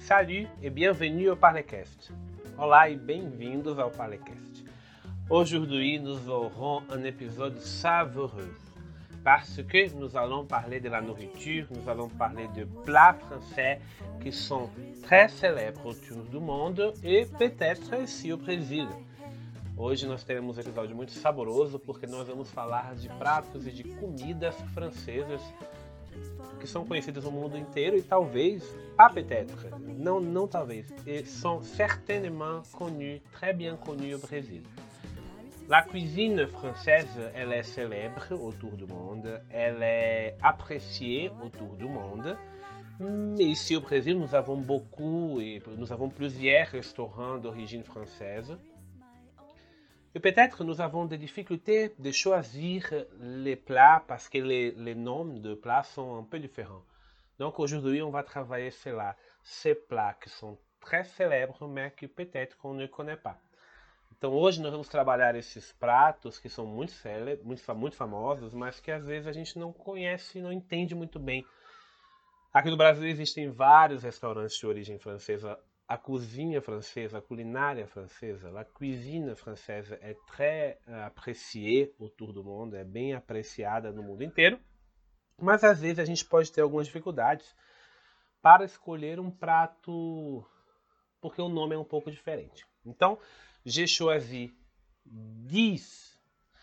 Salut et bienvenue au Parlecast. Olá e bem-vindos ao Parlecast. Aujourd'hui, nous aurons un épisode savoureux parce que nous allons parler de la nourriture, nous allons parler de plats français qui sont très célèbres autour do mundo e peut-être aussi au Brasil. Hoje nós teremos um episódio muito saboroso porque nós vamos falar de pratos e de comidas francesas que são conhecidas no mundo inteiro e talvez, peut-être, não talvez, et sont certainement connus, très bien connus au Brésil. La cuisine française, elle est célèbre autour du monde, elle est appréciée autour du monde. Mais ici au Brésil, nous avons plusieurs restaurants d'origine française. Et peut-être nous avons des difficultés de choisir les plats parce que les noms de plats sont un peu différents. Donc aujourd'hui, on va travailler cela, ces plats qui sont très célèbres, mais que peut-être qu'on ne connaît pas. Então hoje nós vamos trabalhar esses pratos que são muito célebres, muito famosos, mas que às vezes a gente não conhece e não entende muito bem. Aqui no Brasil existem vários restaurantes de origem francesa. A cozinha francesa, a culinária francesa, la cuisine française é très appréciée autour do mundo, é bem apreciada no mundo inteiro, mas às vezes a gente pode ter algumas dificuldades para escolher um prato porque o nome é um pouco diferente. Então, j'ai choisi 10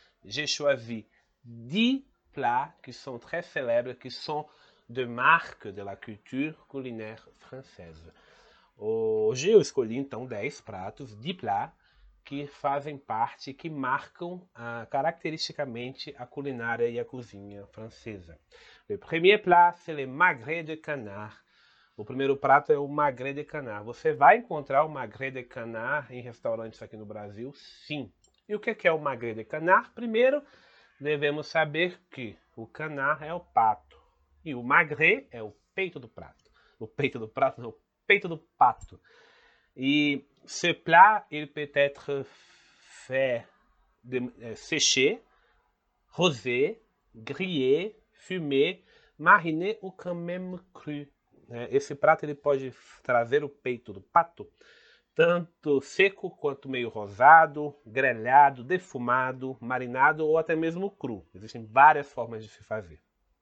plats qui sont très célèbres, qui sont de marques de la culture culinaire française. Hoje eu escolhi então 10 pratos, 10 plats, que fazem parte, que marcam caracteristicamente a culinária e a cozinha francesa. Le premier plat, c'est le magret de canard. O primeiro prato é o magret de canard. Você vai encontrar o magret de canard em restaurantes aqui no Brasil? Sim. E o que é o magret de canard? Primeiro, devemos saber que o canard é o pato e o magret é o peito do prato. O peito do prato não, peito do pato. Et ce plat, il peut être fait séché, rosé, grillé, fumé, mariné ou quand même cru. Esse prato ele pode trazer o peito do pato, tanto seco quanto meio rosado, grelhado, defumado, marinado ou até mesmo cru. Existem várias formas de se fazer.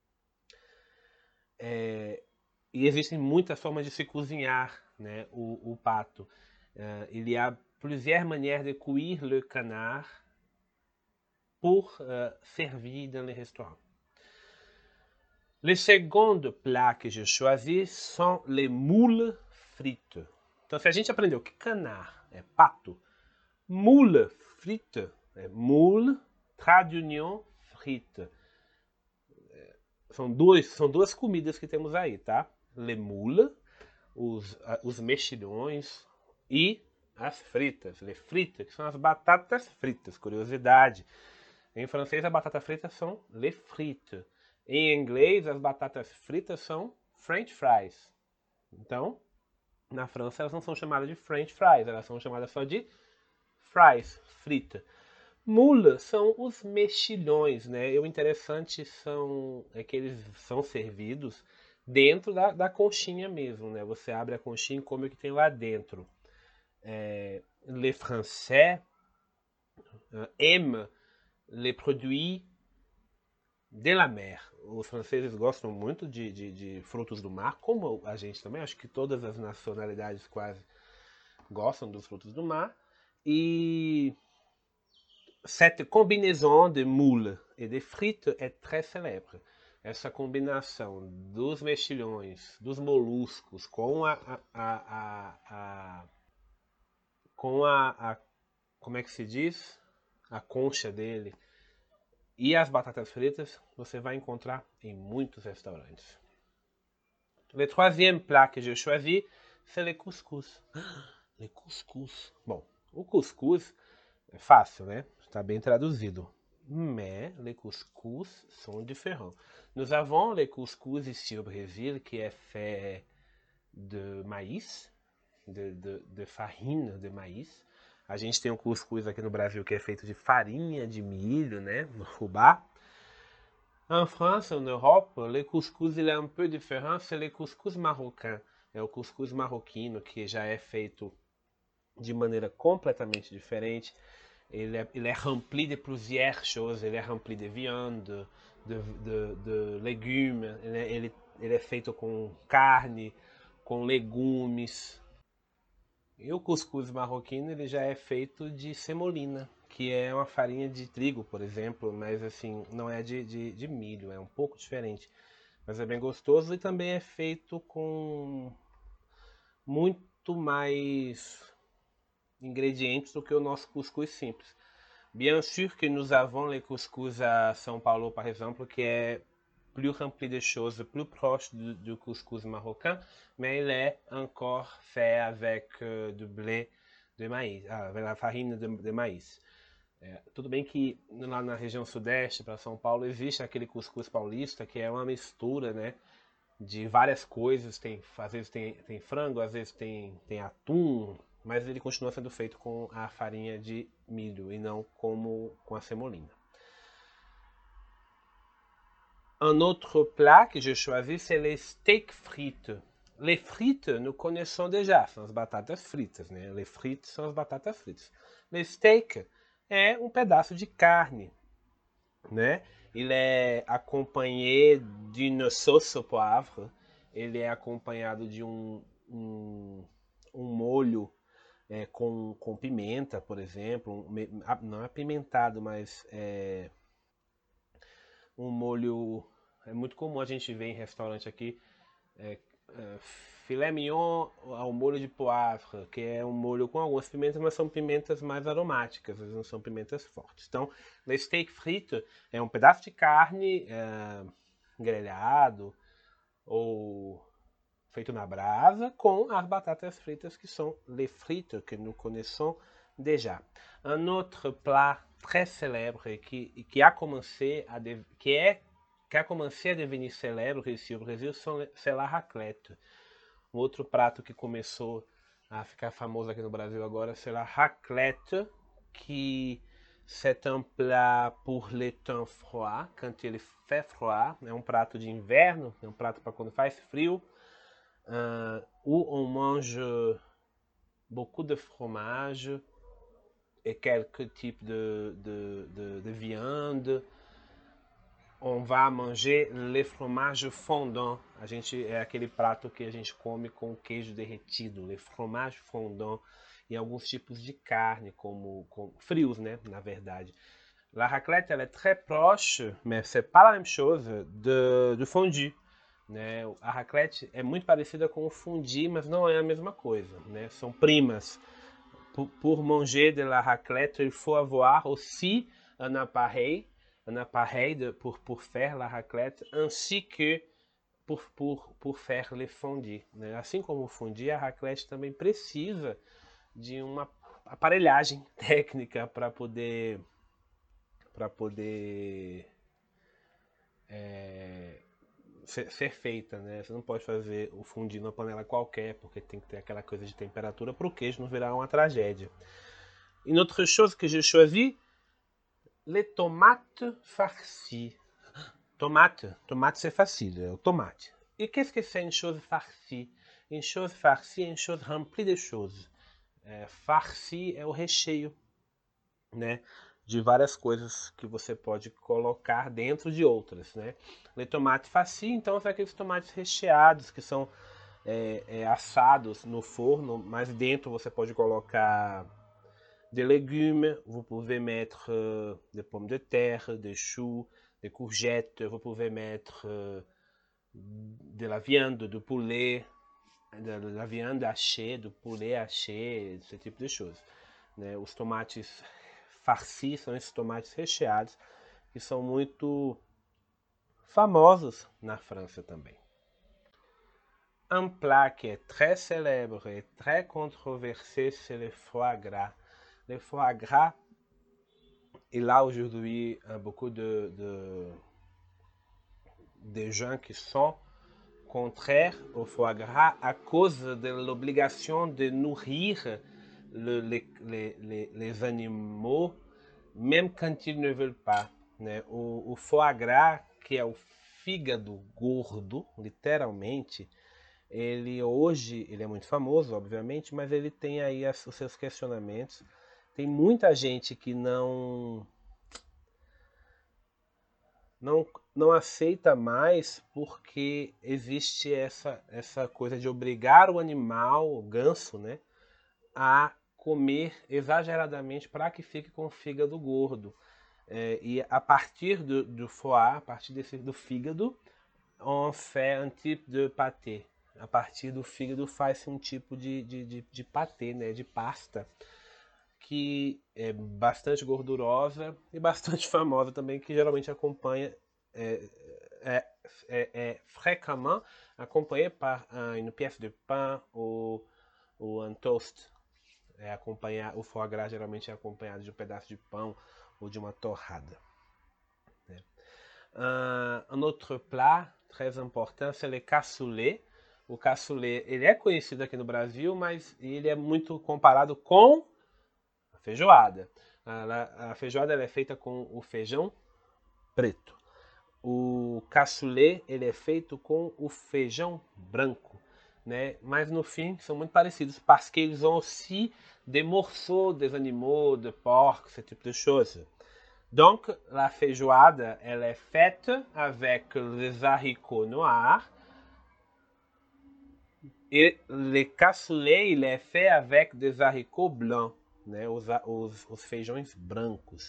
E existem muitas formas de se cozinhar, né, o pato. Il y a plusieurs manières de cuire le canard pour servir dans les restaurants. Les seconds plats que je choisis sont les moules frites. Então, se a gente aprendeu que canard é pato, moule frite é moule, trait d'oignon frite. São duas comidas que temos aí, tá? Les moules, os mexilhões e as fritas. Les frites, que são as batatas fritas. Curiosidade. Em francês, a batata frita são les frites. Em inglês, as batatas fritas são French fries. Então, na França, elas não são chamadas de French fries, elas são chamadas só de fries, frita. Moule são os mexilhões, né? E o interessante é que eles são servidos dentro da conchinha mesmo, né? Você abre a conchinha e come o que tem lá dentro. Les Français aiment les produits de la mer. Os franceses gostam muito de frutos do mar, como a gente também. Acho que todas as nacionalidades quase gostam dos frutos do mar. E cette combinaison de moules et de frites est très célèbre. Essa combinação dos mexilhões, dos moluscos, com como é que se diz? A concha dele e as batatas fritas, você vai encontrar em muitos restaurantes. Le troisième plat que je choisis, c'est le couscous. Le couscous. Bom, o couscous é fácil, né? Está bem traduzido. Mais les couscous sont différents. Nous avons les couscous ici au Brésil qui est fait de maïs, de farine de maïs. A gente tem um cuscuz aqui no Brasil que é feito de farinha de milho, né, no fubá. En France, en Europe, le couscous il est un peu différent, c'est le couscous marocain. é o cuscuz marroquino, que já é feito de maneira completamente diferente. Il est rempli de plusieurs choses, il est rempli de viande, de légumes, ele é feito com carne, com legumes. E o cuscuz marroquino ele já é feito de semolina, que é uma farinha de trigo, por exemplo, mas assim, não é de milho, é um pouco diferente. Mas é bem gostoso e também é feito com muito mais ingredientes do que o nosso cuscuz simples. Bien sûr que nous avons les couscous à São Paulo, par exemple, qui est plus rempli de choses, plus proche du couscous marocain, mais il est encore fait avec du blé de maïs, avec la farine de maïs. Tudo bem que lá na região sudeste, para São Paulo, existe aquele cuscuz paulista, que é uma mistura, né, de várias coisas. Às vezes tem frango, às vezes tem atum, mas ele continua sendo feito com a farinha de milho e não como com a semolina. Un autre plat que j'ai choisi, c'est les steaks frites. Les frites, nous connaissons déjà, são as batatas fritas, né? Les frites são as batatas fritas. Les steaks é um pedaço de carne, né? Il est accompagné d'une sauce au poivre. Ele é acompanhado de um molho com pimenta, por exemplo. Não é apimentado, mas um molho. É muito comum a gente ver em restaurante aqui filé mignon ao molho de poivre, que é um molho com algumas pimentas, mas são pimentas mais aromáticas, não são pimentas fortes. Então, o steak frito é um pedaço de carne grelhado ou feito na brasa com as batatas fritas que sont les frites que nous connaissons déjà. Un autre plat très célèbre qui a commencé à devenir célèbre ici au Brasil, c'est la raclette. Um outro prato que começou a ficar famoso aqui no Brasil agora, c'est la raclette, que c'est un plat pour le temps froid, quand il fait froid. É um prato de inverno, é um prato para quando faz frio. Où on mange beaucoup de fromage et quelques types de viande. On va manger le fromage fondant. É aquele prato que a gente come com queijo derretido, le fromage fondant, e alguns tipos de carne, como frios, né, na verdade. La raclette, elle est très proche, mais c'est pas la même chose, du fondue. Né? A raclette é muito parecida com o fondue, mas não é a mesma coisa, né? São primas. Pour manger de la raclette, il faut avoir aussi un appareil pour faire la raclette, ainsi que pour faire le fondue. Né? Assim como o fondue, a raclette também precisa de uma aparelhagem técnica para poder ser feita, né? Você não pode fazer o fondue numa panela qualquer, porque tem que ter aquela coisa de temperatura para o queijo não virar uma tragédia. Une autre chose que j'ai choisi, les tomates farcies. Tomate c'est facile, é o tomate. E qu'est-ce que c'est une chose farcie? Une chose farcie é une chose remplie de choses. Farci é o recheio, né? De várias coisas que você pode colocar dentro de outras, né? Le tomate farci, então, são aqueles tomates recheados que são assados no forno, mas dentro você pode colocar des légumes, vous pouvez mettre des pommes de terre, des choux, des courgettes, vous pouvez mettre de la viande, du poulet, de la viande hachée, do poulet haché, esse tipo de choses. Né? Os tomates farcis são esses tomates recheados que são muito famosos na França também. Un plat qui est très célèbre et très controversé, c'est le foie gras. Le foie gras, et là aujourd'hui, beaucoup de gens qui sont contraires au foie gras à cause de l'obligation de nourrir les animaux, même quand ils ne veulent pas. Né? O foie gras, que é o fígado gordo, literalmente, ele hoje ele é muito famoso, obviamente, mas ele tem aí os seus questionamentos. Tem muita gente que não, não aceita mais porque existe essa coisa de obrigar o animal, o ganso, né, a comer exageradamente para que fique com o fígado gordo. E a partir do foie, a partir do fígado, on fait un type de pâté. A partir do fígado faz-se um tipo de pâté, né, de pasta, que é bastante gordurosa e bastante famosa também, que geralmente acompanha é, fréquemment acompanhé par une pièce de pain ou un toast. O foie gras geralmente é acompanhado de um pedaço de pão ou de uma torrada. Né? Un autre plat très important, c'est le cassoulet. O cassoulet, ele é conhecido aqui no Brasil, mas ele é muito comparado com a feijoada. A feijoada ela é feita com o feijão preto. O cassoulet ele é feito com o feijão branco, né? Mas no fim são muito parecidos parce qu'ils ont aussi des morceaux des animaux, de porc, ce type de choses. Donc la feijoada elle est faite avec les haricots noirs et le cassoulet il est fait avec des haricots blancs, né? Os feijões brancos.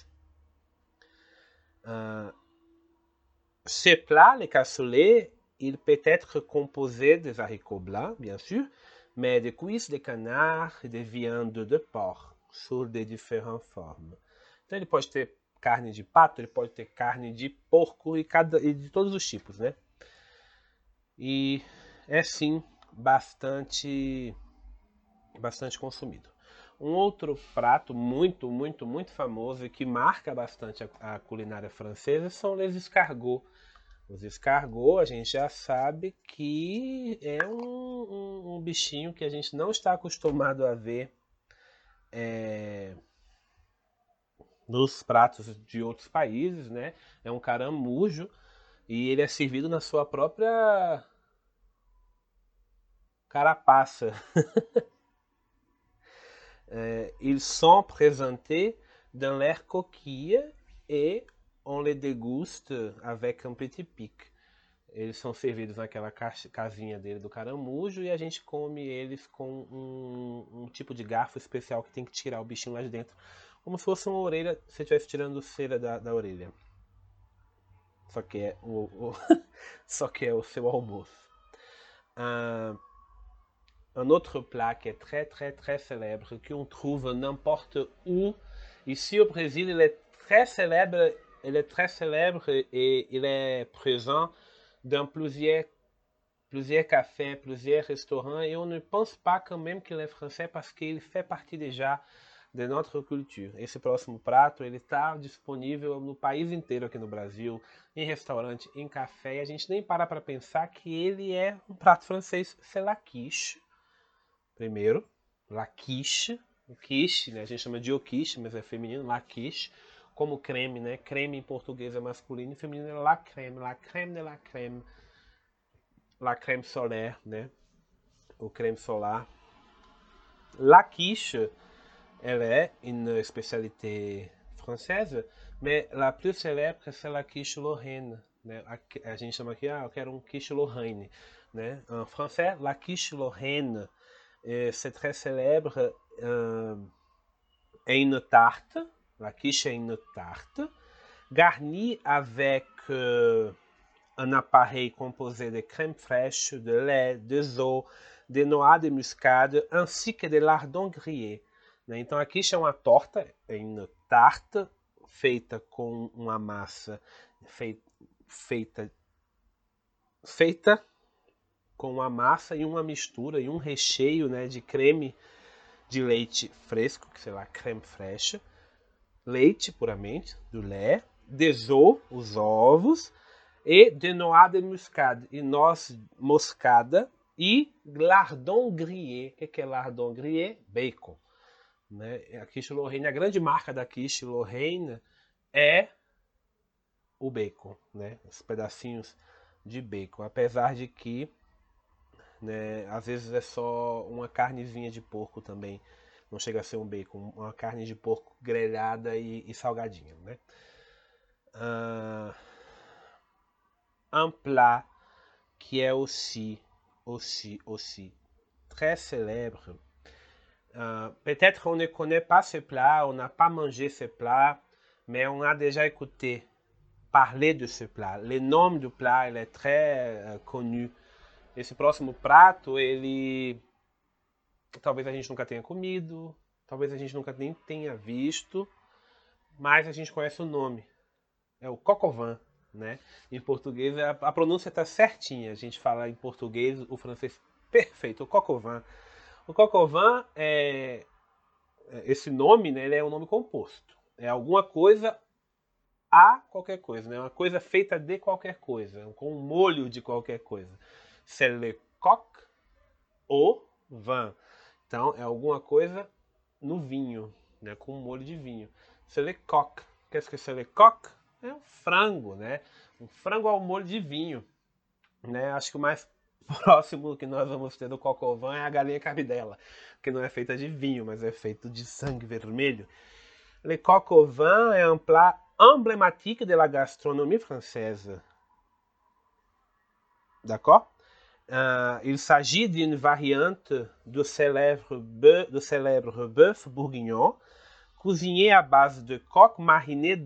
Ce plat, le cassoulet, il peut être composé des haricots blancs, bien sûr, mais de cuisses de canard e de viande de porc, sous de différentes formes. Então ele pode ter carne de pato, ele pode ter carne de porco e de todos os tipos, né? E é sim bastante consumido. Um outro prato muito famoso e que marca bastante a culinária francesa são les escargots. Os escargots, a gente já sabe que é um bichinho que a gente não está acostumado a ver nos pratos de outros países, né? É um caramujo e ele é servido na sua própria carapaça. Ils sont présentés dans leur coquille et on les déguste avec un petit pic. Eles são servidos naquela casinha dele do caramujo e a gente come eles com um tipo de garfo especial que tem que tirar o bichinho lá de dentro. Como se fosse uma orelha, se você estivesse tirando cera da orelha. Só que é só que é o seu almoço. Un autre plat qui est très célèbre, qu'on trouve n'importe où. Ici au Brésil, il est très célèbre et il est présent dans plusieurs cafés, plusieurs restaurants. Et on ne pense pas quand même qu'il est français parce qu'il fait partie déjà de notre culture. Esse próximo prato, ele está disponível no país inteiro aqui no Brasil, em restaurante, em café. E a gente nem para pensar que ele é um prato francês, c'est la quiche. Primeiro, la quiche. O quiche, né? A gente chama de o quiche, mas é feminino, la quiche. Como creme, né? Creme em português é masculino e feminino é la crème de la crème. La crème solaire, né? O creme solar. La quiche, elle est une spécialité française, mais la plus célèbre, c'est la quiche Lorraine. Né? A gente chama aqui, eu quero um quiche Lorraine. Né? En français, la quiche Lorraine, c'est très célèbre est une tarte, la quiche est une tarte, garnie avec un appareil composé de crème fraîche, de lait, de œufs, de noix de muscade, ainsi que de lardons grillés. Né? Então a quiche é uma torta, é uma tarte feita com uma massa feita com uma massa e uma mistura e um recheio, né, de creme de leite fresco, que sei lá, creme fraîche, leite puramente, do lait, des œufs, os ovos, e de noix de muscade, e noz moscada, e lardon grillé. O que é lardon grillé? Bacon. Né? A quiche Lorraine, a grande marca da quiche Lorraine é o bacon, né? Os pedacinhos de bacon, apesar de que né? Às vezes é só uma carnezinha de porco também. Não chega a ser um bacon, uma carne de porco grelhada e salgadinha, né? Un plat qui est aussi très célèbre. Peut-être on ne connaît pas ce plat, on n'a pas mangé ce plat, mais on a déjà écouté parler de ce plat. Le nom du plat ele é très connu. Esse próximo prato, ele talvez a gente nunca tenha comido, talvez a gente nunca nem tenha visto, mas a gente conhece o nome. É o coq au vin, né? Em português a pronúncia está certinha. A gente fala em português o francês perfeito, o coq au vin. O coq au vin esse nome, né, ele é um nome composto. É alguma coisa a qualquer coisa, né? Uma coisa feita de qualquer coisa, com um molho de qualquer coisa. C'est le coq au vin. Então, é alguma coisa no vinho, né? Com um molho de vinho. C'est le coq. Qu'est-ce que c'est le coq? É um frango, né? Um frango ao molho de vinho. Né? Acho que o mais próximo que nós vamos ter do coq au vin é a galinha cabidela, que não é feita de vinho, mas é feito de sangue vermelho. Le coq au vin est un plat emblématique de la gastronomie française. D'accord? Il s'agit d'une variante du célèbre bœuf bourguignon, cuisiné à base de coq mariné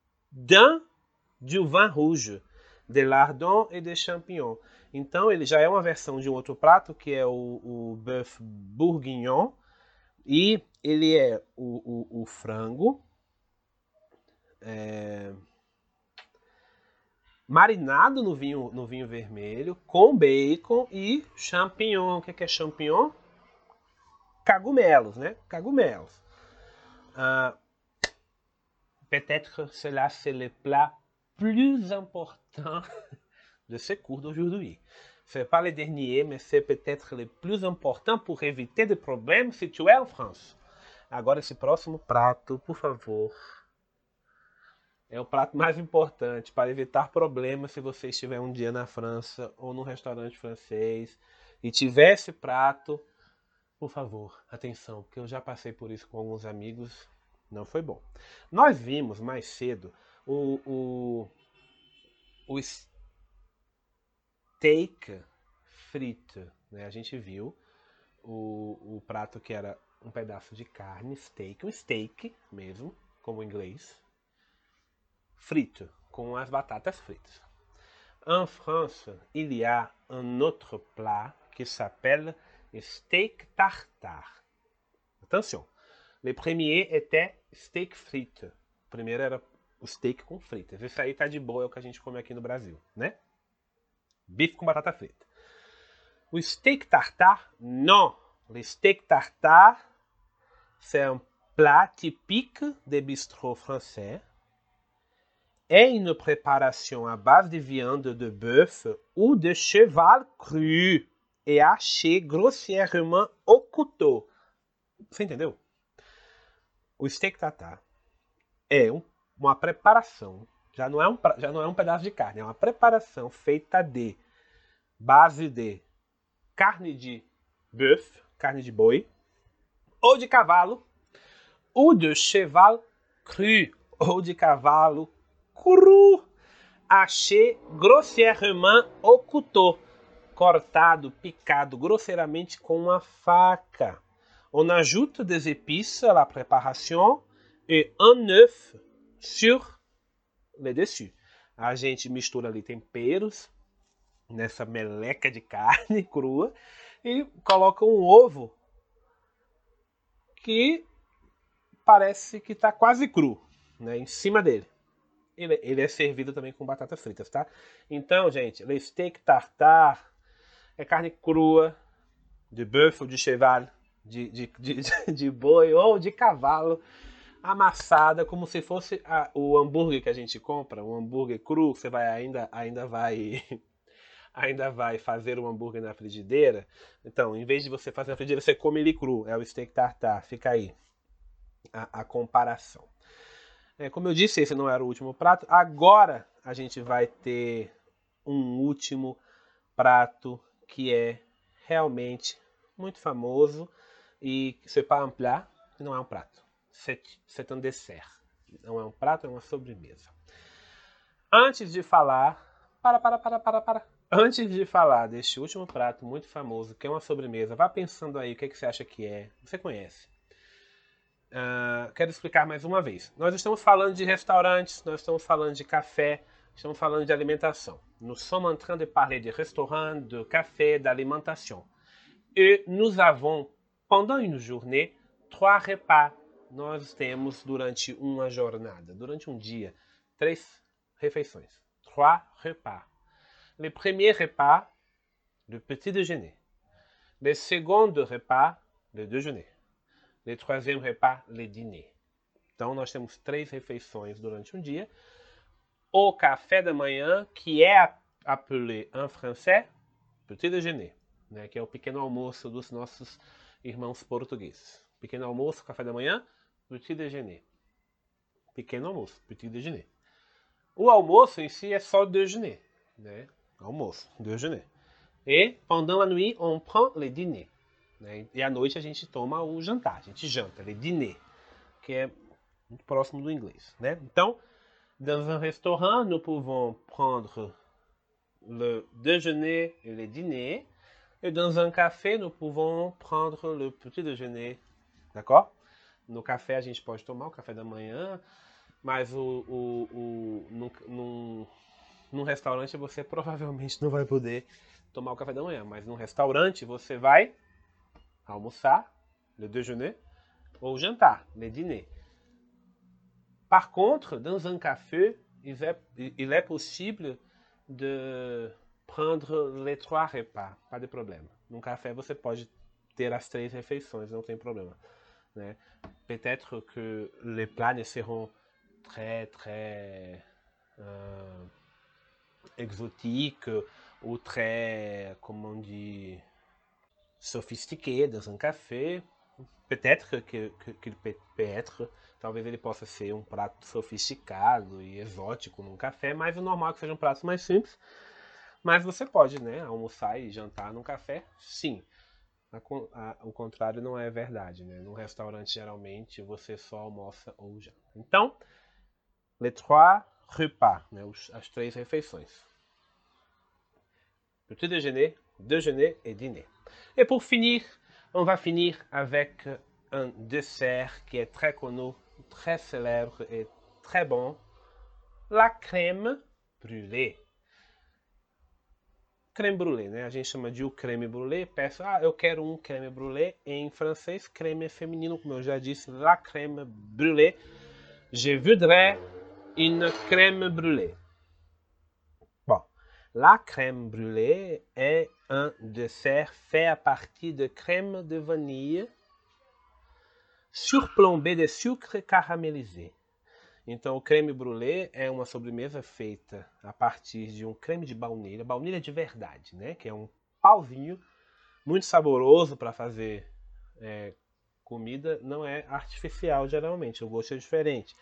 du vin rouge, de lardons et de champignons. Então ele já é uma versão de um outro prato, que é o bœuf bourguignon, e ele é o frango marinado no vinho vermelho, com bacon e champignon. O que é champignon? Cagumelos, né? Cagumelos. Peut-être cela c'est le plat plus important de ce cours d'aujourd'hui. C'est pas le dernier, mais c'est peut-être le plus important pour éviter des problèmes si tu es en France. Agora esse próximo prato, por favor, é o prato mais importante para evitar problemas se você estiver um dia na França ou num restaurante francês e tiver esse prato, por favor, atenção, porque eu já passei por isso com alguns amigos, não foi bom. Nós vimos mais cedo o steak frito, né? A gente viu o prato que era um pedaço de carne, steak, um steak mesmo, como em inglês, frito, com as batatas fritas. En France, il y a un autre plat qui s'appelle steak tartare. Attention, le premier était steak frite. O primeiro era o steak com fritas. Esse aí tá de boa, é o que a gente come aqui no Brasil, né? Bife com batata frita. O steak tartare, non. Le steak tartare, c'est un plat typique des bistrots français. É une préparation à base de viande de bœuf ou de cheval cru et haché grossièrement au couteau. Você entendeu? O steak tartare é uma preparação, já não é um pedaço de carne, é uma preparação feita de base de carne de bœuf, carne de boi, ou de cavalo, ou de cheval cru, ou de cavalo cru, haché grossièrement au couteau, cortado, picado grosseiramente com uma faca. On ajoute des épices à la préparation et un œuf sur le dessus. A gente mistura ali temperos nessa meleca de carne crua e coloca um ovo que parece que está quase cru, né, em cima dele. Ele é servido também com batatas fritas, tá? Então, gente, le steak tartare é carne crua de bœuf ou de cheval, de boi ou de cavalo, amassada como se fosse o hambúrguer que a gente compra, um hambúrguer cru, você vai ainda vai fazer um hambúrguer na frigideira. Então, em vez de você fazer na frigideira, você come ele cru. É o steak tartare. Fica aí a comparação. Como eu disse, esse não era o último prato. Agora a gente vai ter um último prato que é realmente muito famoso e c'est pas un plat, não é um prato. C'est un dessert. Não é um prato, é uma sobremesa. Antes de falar... Para. Antes de falar deste último prato muito famoso, que é uma sobremesa, vá pensando aí o que você acha que é. Você conhece. Quero explicar mais uma vez. Nós estamos falando de restaurantes, nós estamos falando de café, estamos falando de alimentação. Nous sommes en train de parler de restaurant, de café, d'alimentation. Et nous avons, pendant une journée, 3 repas. Nós temos durante uma jornada, durante um dia, 3 refeições. 3 repas. Le premier repas, le petit déjeuner. Le second repas, le déjeuner. Le troisième repas, le dîner. Então, nós temos 3 refeições durante um dia. O café da manhã, que é appelé en français petit déjeuner, né, que é o pequeno almoço dos nossos irmãos portugueses. Pequeno almoço, café da manhã, petit déjeuner. Pequeno almoço, petit déjeuner. O almoço em si é só déjeuner, né? Almoço, déjeuner. E pendant la nuit, on prend le dîner. Né? E à noite a gente toma o jantar, a gente janta, le dîner, que é muito próximo do inglês, né? Então, dans un restaurant, nous pouvons prendre le déjeuner et le dîner. Et dans un café, nous pouvons prendre le petit déjeuner. D'accord? No café a gente pode tomar o café da manhã, mas num restaurante você provavelmente não vai poder tomar o café da manhã. Mas num restaurante você vai almoçar, le déjeuner, ou jantar, le dîner. Par contre, dans un café, il est possible de prendre les 3 repas, pas de problema. Num café você pode ter as 3 refeições, não tem problema. Né? Peut-être que les plats ne seront très exotiques ou très, comment on dit, sophistiqués dans un café. Peut-être qu'il peut être, talvez ele possa ser um prato sofisticado e exótico num café, mas o normal é que seja um prato mais simples. Mas você pode, né, almoçar e jantar num café, sim. O contrário não é verdade, né? Num restaurante, geralmente, você só almoça ou janta. Então, les 3 repas, né, as 3 refeições. Petit déjeuner, déjeuner et dîner. Et pour finir, on va finir avec un dessert qui est très connu, très célèbre et très bon, la crème brûlée. Crème brûlée, né? A gente chama de o crème brûlée. Peço, eu quero um crème brûlée. Em francês, crème é feminino, como eu já disse, la crème brûlée. Je voudrais une crème brûlée. Bon, la crème brûlée est un dessert fait à partir de crème de vanille surplombée de sucre caramélisé. Então, o creme brulee é uma sobremesa feita a partir de um creme de baunilha de verdade, né? Que é um pauzinho muito saboroso para fazer comida, não é artificial geralmente, o gosto é diferente.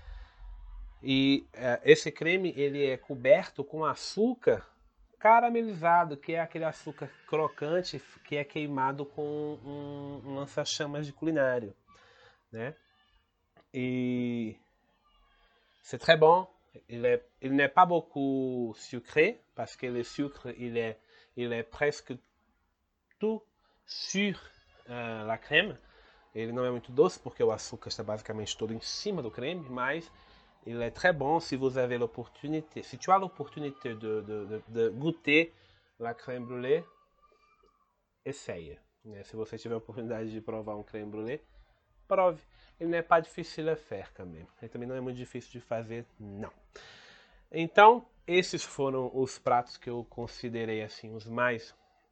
E esse creme ele é coberto com açúcar caramelizado, que é aquele açúcar crocante que é queimado com um lança-chamas de culinário, né? Et c'est très bon. Il n'est pas beaucoup sucré parce que le sucre il est presque tout sur la crème. Ele não é muito doce porque o açúcar está basicamente todo em cima do creme, mas il est très bon si vous avez l'opportunité. Si tu as l'opportunité de goûter la crème brûlée, essaye. Se você tiver a oportunidade de provar um crème brûlée, prove. Ele não é pas difficile à faire também. Ele também não é muito difícil de fazer, não. Então, esses foram os pratos que eu considerei assim os mais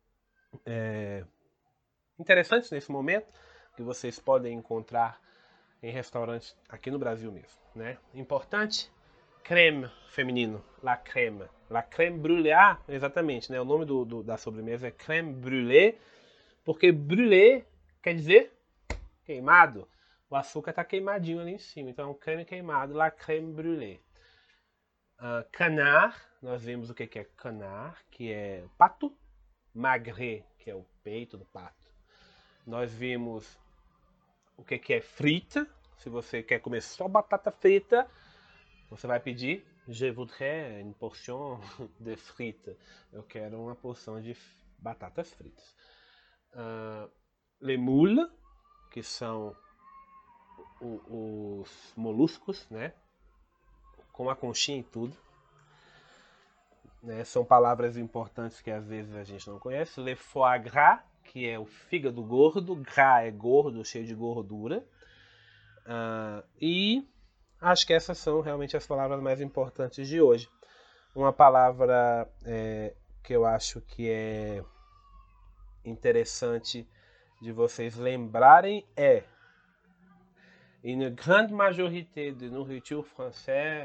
interessantes nesse momento, que vocês podem encontrar em restaurantes aqui no Brasil mesmo, né? Importante, crème feminino, la crème brûlée, exatamente, né? O nome da sobremesa é crème brûlée, porque brûlée quer dizer queimado. O açúcar está queimadinho ali em cima, então é um creme queimado, la crème brûlée. Canard, nós vimos o que é canard, que é pato, magret, que é o peito do pato. Nós vimos o que é frita. Se você quer comer só batata frita, você vai pedir je voudrais une portion de frites. Eu quero uma porção de batatas fritas. Les moules, que são os moluscos, né? Com a conchinha e tudo. Né? São palavras importantes que às vezes a gente não conhece. Le foie gras, que é o fígado gordo. Gras é gordo, cheio de gordura. E acho que essas são realmente as palavras mais importantes de hoje. Uma palavra que eu acho que é interessante de vocês lembrarem é une grande majorité de nourriture française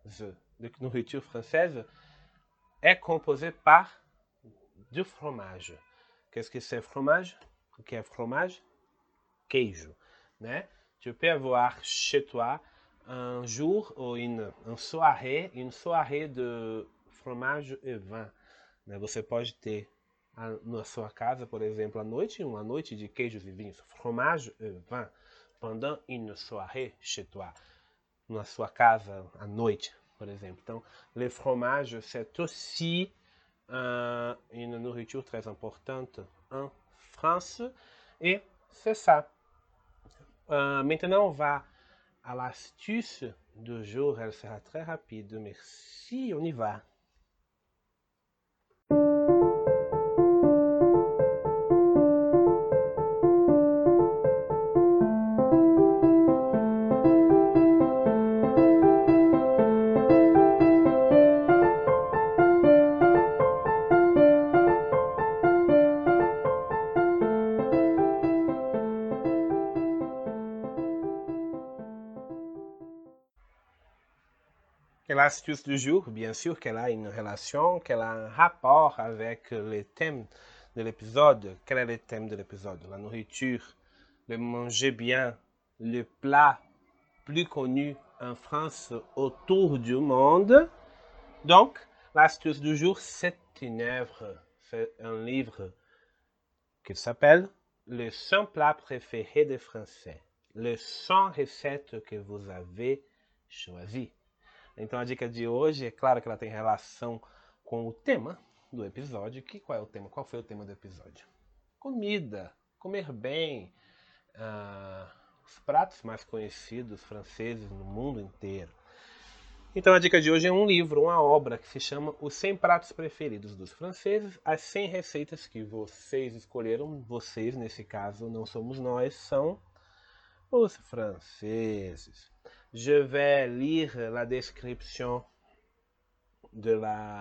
est composée par du fromage. Qu'est-ce que c'est fromage? O que é fromage? Queijo, né? Tu peux avoir chez toi un jour ou une soirée de fromage et vin. Né? Você pode ter na sua casa, por exemplo, uma noite de queijos e vinhos, fromage et vin, pendant une soirée chez toi, na sua casa à noite, por exemplo. Então, le fromage, c'est aussi une nourriture très importante en France, et c'est ça. Maintenant, on va à l'astuce du jour. Elle sera très rapide. Merci, on y va. Et l'astuce du jour, bien sûr qu'elle a une relation, qu'elle a un rapport avec le thème de l'épisode. Quel est le thème de l'épisode? La nourriture, le manger bien, le plat plus connu en France autour du monde. Donc, l'astuce du jour, c'est une œuvre, c'est un livre qui s'appelle Les 100 plats préférés des Français. Les 100 recettes que vous avez choisies. Então a dica de hoje, é claro que ela tem relação com o tema do episódio. Qual é o tema? Qual foi o tema do episódio? Comida, comer bem, os pratos mais conhecidos franceses no mundo inteiro. Então a dica de hoje é um livro, uma obra que se chama Os 100 Pratos Preferidos dos Franceses, as 100 receitas que vocês escolheram. Vocês, nesse caso, não somos nós, são os franceses. Je vais lire la description do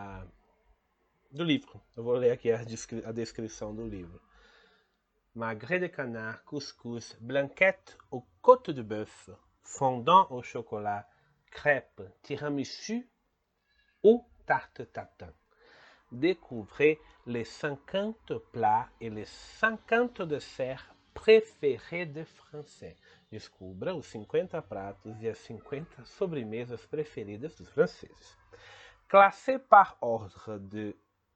livro. Eu vou ler aqui a descrição do livro. Magret de canard, couscous, blanquette aux côtes de bœuf, fondant au chocolat, crêpes, tiramisu ou tarte tatin. Découvrez les 50 plats et les 50 desserts préférés des Français. Descubra os 50 pratos e as 50 sobremesas preferidas dos franceses. Classé par ordre de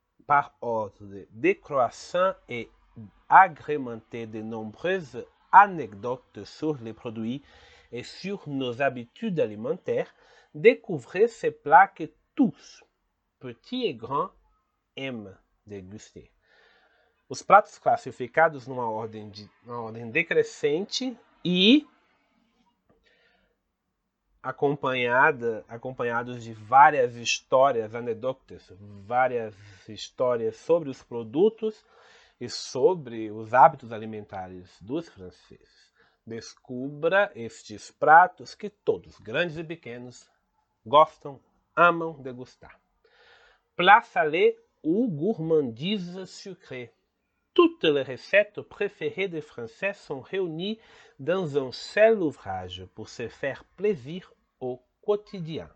décroissant et agrémenté de nombreuses anecdotes sur les produits et sur nos habitudes alimentaires, découvrez ces plats que tous, petits et grands, aiment déguster. Os pratos classificados numa ordem decrescente e acompanhados de várias histórias, anedotas, várias histórias sobre os produtos e sobre os hábitos alimentares dos franceses. Descubra estes pratos que todos, grandes e pequenos, gostam, amam degustar. Plat salé ou gourmandise sucrée. Toutes les recettes préférées des Français sont réunies dans un seul ouvrage pour se faire plaisir au quotidien.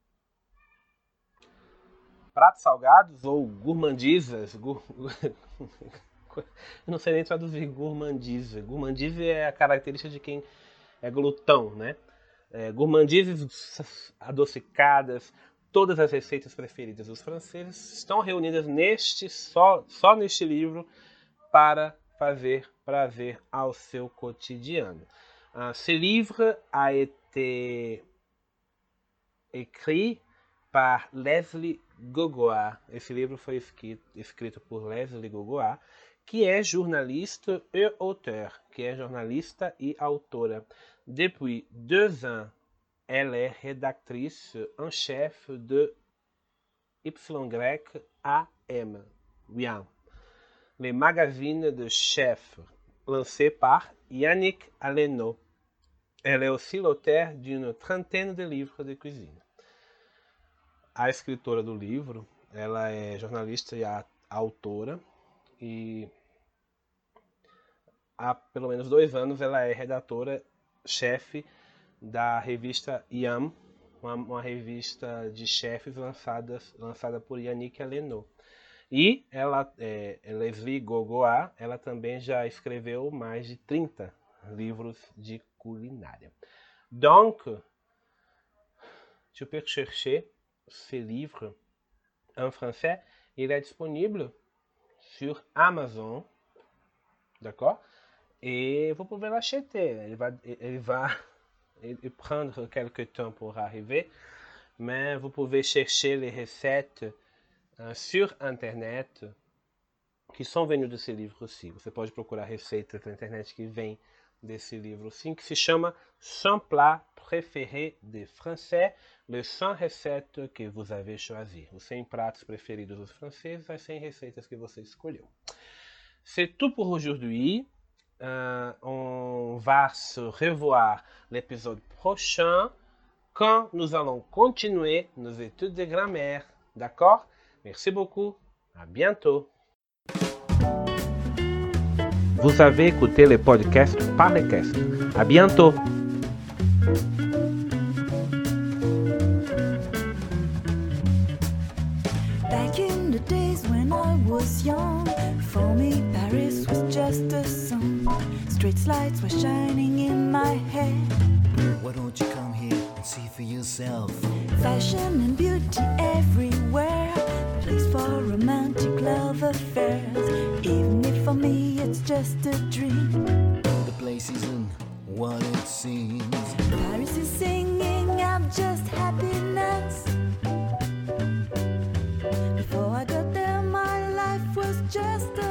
Pratos salgados ou gourmandisas. Eu não sei nem traduzir gourmandise. Gourmandise é a característica de quem é glutão, né? Gourmandises adocicadas, todas as receitas preferidas dos franceses estão reunidas só neste livro para fazer prazer ao seu cotidiano. Ce livre a été écrit par Leslie Gogoa. Esse livro foi escrito por Leslie Gogoa, que é jornalista e auteur, que é jornalista e autora. Depuis 2 ans, elle est rédactrice en chef de YAM, le magazine de chef, lancé par Yannick Aleno. Elle est aussi l'auteur d'une trentaine de livres de cuisine. A escritora do livro, ela é jornalista e autora, e há pelo menos 2 anos ela é redatora-chefe da revista YAM, uma revista de chefes lançada por Yannick Aleno. E Leslie Gogoa, ela também já escreveu mais de 30 livros de culinária. Donc, tu peux chercher ce livre en français. Il est disponible sur Amazon, d'accord? Et vous pouvez l'acheter. Il va prendre quelques temps pour arriver, mais vous pouvez chercher les recettes sur Internet que são venues desse livro aussi. Você pode procurar receitas na internet que vêm desse livro sim, que se chama 100 plats préférés des Français, les 100 recettes que vous avez choisi. Os 100 pratos preferidos dos franceses, as 100 receitas que você escolheu. C'est tout pour aujourd'hui. On va se revoir l'épisode prochain quand nous allons continuer nos études de grammaire. D'accord? Merci beaucoup. À bientôt. Vous avez écouté le podcast Parlecast. À bientôt. Back in the days when I was young, for me Paris was just a song. Street lights were shining in my head. Why don't you come here and see for yourself? Fashion and beauty everywhere, place for romantic love affairs. Even if for me it's just a dream, The place isn't what it seems. Paris is singing out just happiness. Before I got there my life was just a